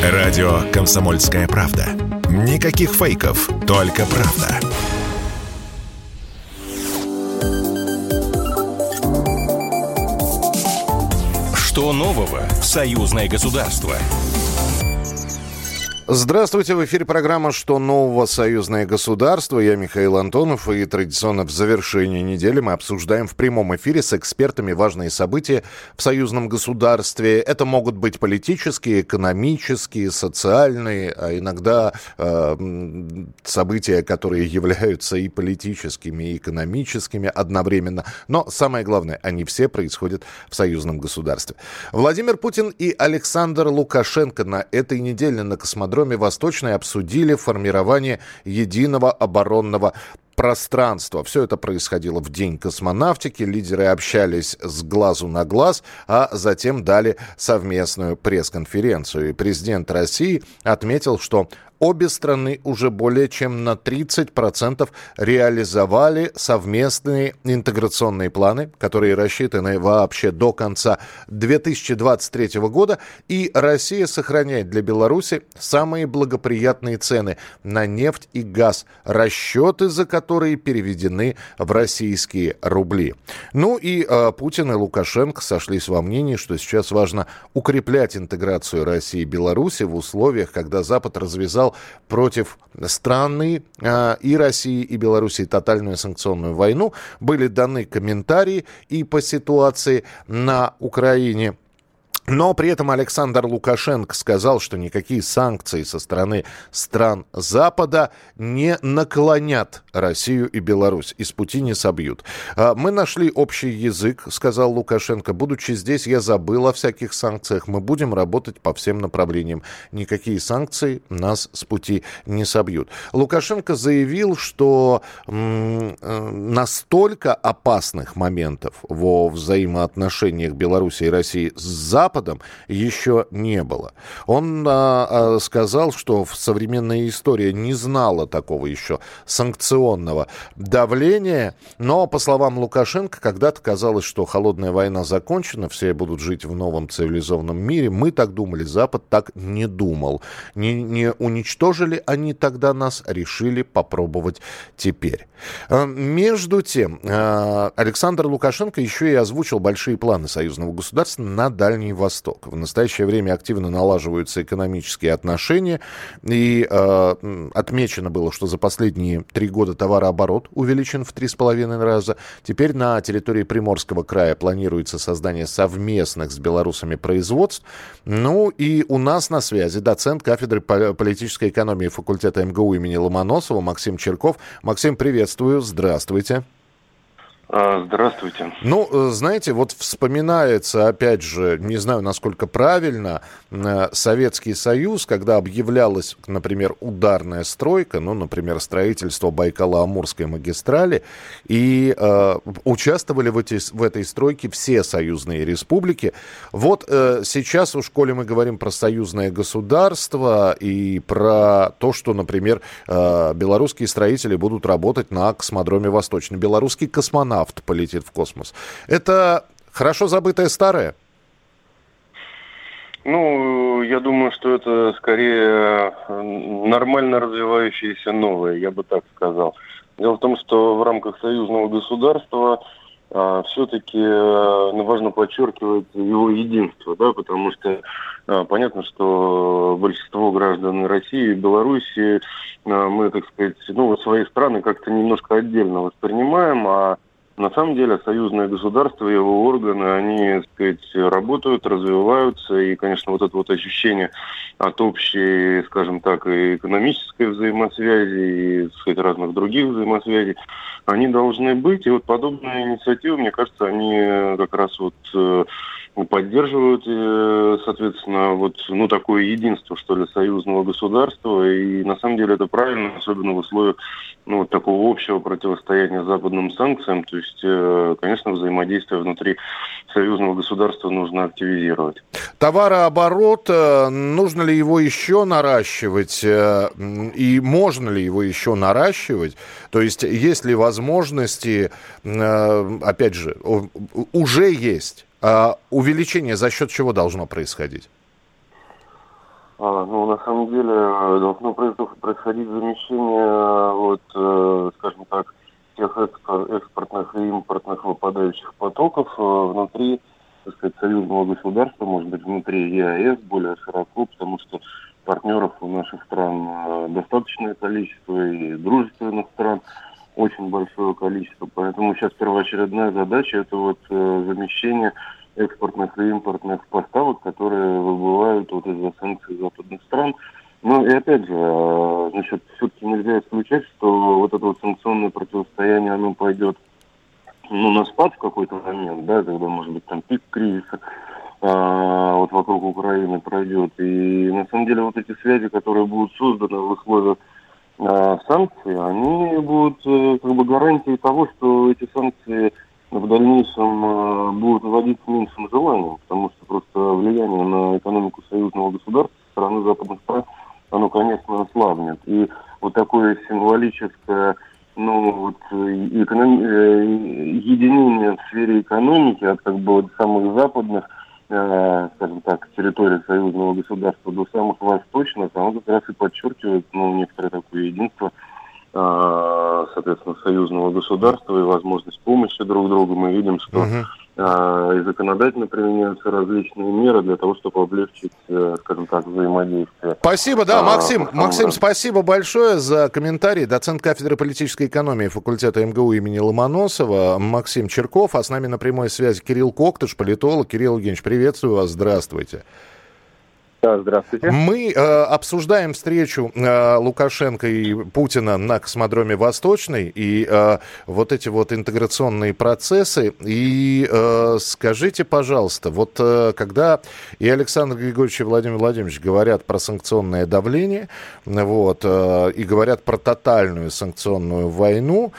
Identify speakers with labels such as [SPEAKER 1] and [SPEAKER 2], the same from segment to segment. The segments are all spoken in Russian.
[SPEAKER 1] Радио «Комсомольская правда». Никаких фейков, только правда.
[SPEAKER 2] Что нового в союзное государство?
[SPEAKER 3] Здравствуйте, в эфире программа «Что нового? Союзное государство». Я Михаил Антонов, и традиционно в завершении недели мы обсуждаем в прямом эфире с экспертами важные события в союзном государстве. Это могут быть политические, экономические, социальные, а иногда события, которые являются и политическими, и экономическими одновременно. Но самое главное, они все происходят в союзном государстве. Владимир Путин и Александр Лукашенко на этой неделе на космодроме «Восточный» обсудили формирование единого оборонного пространства. Все это происходило в День космонавтики. Лидеры общались с глазу на глаз, а затем дали совместную пресс-конференцию. И президент России отметил, что обе страны уже более чем на 30% реализовали совместные интеграционные планы, которые рассчитаны вообще до конца 2023 года. И Россия сохраняет для Беларуси самые благоприятные цены на нефть и газ, расчеты за которые переведены в российские рубли. Ну и Путин и Лукашенко сошлись во мнении, что сейчас важно укреплять интеграцию России и Беларуси в условиях, когда Запад развязал против страны и России, и Беларуси тотальную санкционную войну. Были даны комментарии и по ситуации на Украине. Но при этом Александр Лукашенко сказал, что никакие санкции со стороны стран Запада не наклонят Россию и Беларусь, и с пути не собьют. «Мы нашли общий язык», — сказал Лукашенко. «Будучи здесь, я забыл о всяких санкциях. Мы будем работать по всем направлениям. Никакие санкции нас с пути не собьют». Лукашенко заявил, что настолько опасных моментов во взаимоотношениях Беларуси и России с Западом еще не было. Он сказал, что современная история не знала такого еще санкционного давления, но, по словам Лукашенко, когда-то казалось, что холодная война закончена, все будут жить в новом цивилизованном мире. Мы так думали, Запад так не думал. Не уничтожили они тогда нас, решили попробовать теперь. Между тем, Александр Лукашенко еще и озвучил большие планы союзного государства на Дальний Восток. В настоящее время активно налаживаются экономические отношения, и отмечено было, что за последние 3 года товарооборот увеличен в 3,5 раза. Теперь на территории Приморского края планируется создание совместных с белорусами производств. Ну и у нас на связи доцент кафедры политической экономии факультета МГУ имени Ломоносова Максим Чирков. Максим, приветствую, здравствуйте.
[SPEAKER 4] Здравствуйте.
[SPEAKER 3] Ну, знаете, вот вспоминается, опять же, не знаю, насколько правильно, Советский Союз, когда объявлялась, например, ударная стройка, ну, например, строительство Байкало-Амурской магистрали, и участвовали в этой стройке все союзные республики. Вот сейчас уж, коли мы говорим про союзное государство и про то, что, например, белорусские строители будут работать на космодроме «Восточный», белорусский космонавт полетит в космос. Это хорошо забытое старое?
[SPEAKER 4] Ну, я думаю, что это скорее нормально развивающееся новое, я бы так сказал. Дело в том, что в рамках союзного государства все-таки важно подчеркивать его единство, да, потому что понятно, что большинство граждан России и Беларуси мы, так сказать, свои страны как-то немножко отдельно воспринимаем, а на самом деле союзное государство и его органы, они, так сказать, работают, развиваются, и, конечно, вот это вот ощущение от общей, скажем так, и экономической взаимосвязи, и, так сказать, разных других взаимосвязей, они должны быть, и вот подобные инициативы, мне кажется, они как раз вот поддерживают, соответственно, такое единство, что ли, союзного государства, и на самом деле это правильно, особенно в условиях такого общего противостояния западным санкциям, то есть, конечно, взаимодействие внутри союзного государства нужно активизировать.
[SPEAKER 3] Товарооборот, нужно ли его еще наращивать, и можно ли его еще наращивать? То есть, есть ли возможности, опять же, уже есть, увеличение за счет чего должно происходить?
[SPEAKER 4] На самом деле должно происходить замещение, скажем так, тех экспортных и импортных выпадающих потоков внутри, так сказать, союзного государства, может быть, внутри ЕАЭС более широко, потому что партнеров у наших стран достаточное количество, и дружественных стран очень большое количество. Поэтому сейчас первоочередная задача – это замещение экспортных и импортных поставок, которые выбывают из-за санкций западных стран. Ну и опять же, все-таки нельзя исключать, что это санкционное противостояние, оно пойдет на спад в какой-то момент, да, когда, может быть, там пик кризиса вокруг Украины пройдет. И на самом деле эти связи, которые будут созданы в условиях санкций, они будут гарантией того, что эти санкции в дальнейшем будут вводиться меньшим желанием, потому что просто влияние на экономику союзного государства со стороны западных стран, оно, конечно, ослабнет. И такое символическое единение в сфере экономики от самых западных, скажем так, территорий союзного государства до самых восточных, оно как раз и подчеркивает некоторое такое единство, соответственно, союзного государства и возможность помощи друг другу. Мы видим, что и законодательно применяются различные меры для того, чтобы облегчить, скажем так, взаимодействие.
[SPEAKER 3] Спасибо, да, Максим. Максим, спасибо большое за комментарий. Доцент кафедры политической экономии факультета МГУ имени Ломоносова Максим Чирков. А с нами на прямой связи Кирилл Коктыш, политолог. Кирилл Евгеньевич, приветствую вас, здравствуйте.
[SPEAKER 5] Да, здравствуйте.
[SPEAKER 3] Мы обсуждаем встречу Лукашенко и Путина на космодроме Восточный и эти интеграционные процессы. И скажите, пожалуйста, когда и Александр Григорьевич, и Владимир Владимирович говорят про санкционное давление, и говорят про тотальную санкционную войну,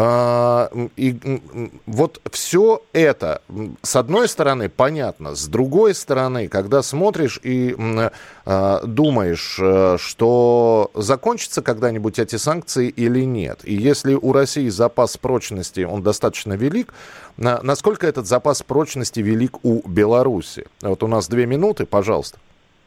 [SPEAKER 3] и все это, с одной стороны, понятно, с другой стороны, когда смотришь и думаешь, что закончатся когда-нибудь эти санкции или нет. И если у России запас прочности, он достаточно велик, насколько этот запас прочности велик у Беларуси? У нас 2 минуты, пожалуйста.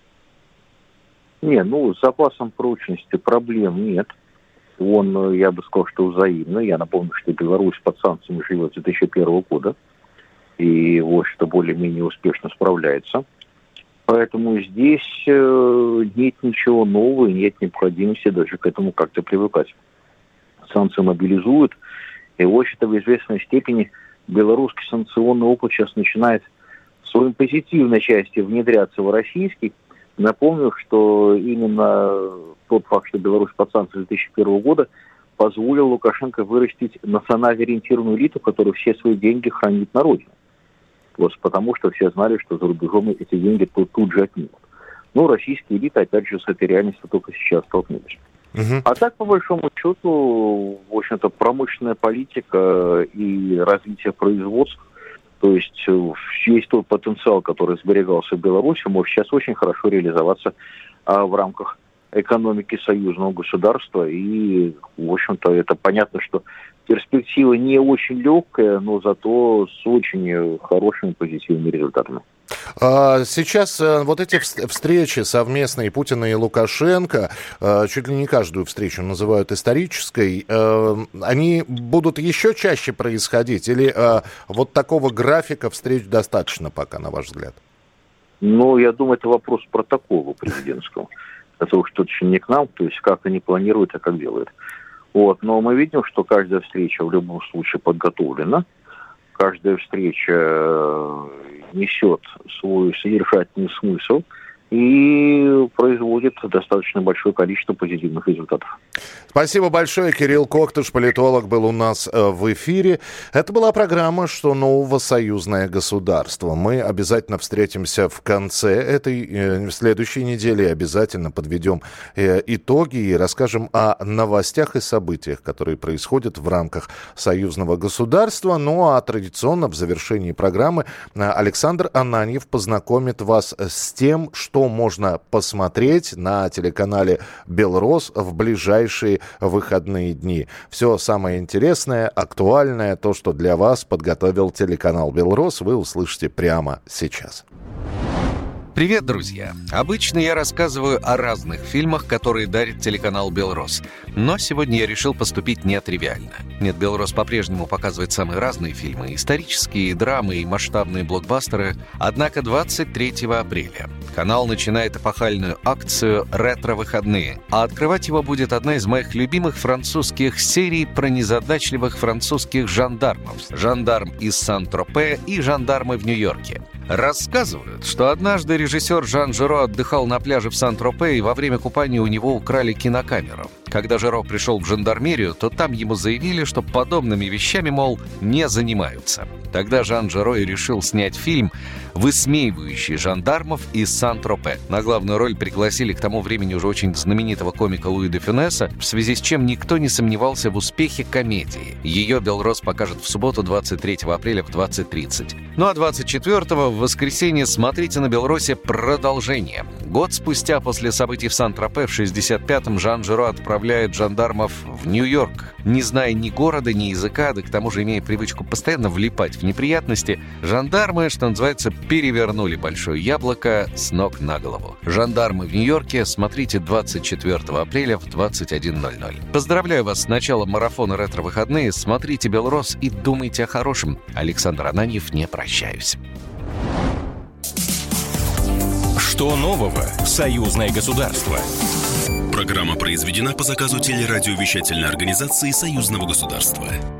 [SPEAKER 5] С запасом прочности проблем нет. Он, я бы сказал, что взаимный. Я напомню, что Беларусь под санкциями живет с 2001 года. И что более-менее успешно справляется. Поэтому здесь нет ничего нового, нет необходимости даже к этому как-то привыкать. Санкции мобилизуют. И, в общем-то, в известной степени белорусский санкционный опыт сейчас начинает в своей позитивной части внедряться в российский. Напомню, что именно тот факт, что Беларусь под санкциями 2001 года, позволил Лукашенко вырастить национально ориентированную элиту, которая все свои деньги хранит на родине. Потому что все знали, что за рубежом эти деньги тут же отнимут. Российские элиты, опять же, с этой реальностью только сейчас столкнулись. А так, по большому счету, в общем-то, промышленная политика и развитие производств, то есть весь тот потенциал, который сберегался в Беларуси, может сейчас очень хорошо реализоваться в рамках экономики союзного государства. И, в общем-то, это понятно, что перспектива не очень легкая, но зато с очень хорошими позитивными результатами.
[SPEAKER 3] Сейчас эти встречи совместные Путина и Лукашенко, чуть ли не каждую встречу называют исторической, они будут еще чаще происходить? Или такого графика встреч достаточно пока, на ваш взгляд?
[SPEAKER 5] Я думаю, это вопрос протокола президентского. Это что-то еще не к нам, то есть как они планируют, а как делают. Но мы видим, что каждая встреча в любом случае подготовлена. Каждая встреча несет свой содержательный смысл и производит достаточно большое количество позитивных результатов.
[SPEAKER 3] Спасибо большое. Кирилл Коктыш, политолог, был у нас в эфире. Это была программа «Что нового? Союзное государство». Мы обязательно встретимся в конце этой следующей недели. Обязательно подведем итоги и расскажем о новостях и событиях, которые происходят в рамках союзного государства. А традиционно в завершении программы Александр Ананьев познакомит вас с тем, что можно посмотреть на телеканале «Белрос» в ближайшие выходные дни. Все самое интересное, актуальное, то, что для вас подготовил телеканал «Белрос», вы услышите прямо сейчас.
[SPEAKER 6] Привет, друзья! Обычно я рассказываю о разных фильмах, которые дарит телеканал «Белрос». Но сегодня я решил поступить нетривиально. Нет, «Белрос» по-прежнему показывает самые разные фильмы. Исторические, драмы и масштабные блокбастеры. Однако 23 апреля канал начинает эпохальную акцию «Ретро-выходные». А открывать его будет одна из моих любимых французских серий про незадачливых французских жандармов. «Жандарм из Сан-Тропе» и «Жандармы в Нью-Йорке». Рассказывают, что однажды режиссер Жан Жиро отдыхал на пляже в Сан-Тропе, и во время купания у него украли кинокамеру. Когда Жиро пришел в жандармерию, то там ему заявили, что подобными вещами, мол, не занимаются. Тогда Жан Жиро и решил снять фильм, высмеивающий жандармов из Сан-Тропе. На главную роль пригласили к тому времени уже очень знаменитого комика Луи де Фюнеса, в связи с чем никто не сомневался в успехе комедии. Ее «Белрос» покажет в субботу, 23 апреля в 20:30. Ну а 24-го, в воскресенье, смотрите на «Белросе» продолжение. Год спустя после событий в Сан-Тропе в 65-м Жан Жиро отправляет жандармов в Нью-Йорк. Не зная ни города, ни языка, да к тому же имея привычку постоянно влипать в неприятности, жандармы, что называется, перевернули большое яблоко с ног на голову. «Жандармы в Нью-Йорке» смотрите 24 апреля в 21:00. Поздравляю вас с началом марафона «Ретро-выходные». Смотрите «Белрос» и думайте о хорошем. Александр Ананьев, не прощаюсь.
[SPEAKER 2] Что нового в «Союзное государство»?
[SPEAKER 7] Программа произведена по заказу телерадиовещательной организации Союзного государства.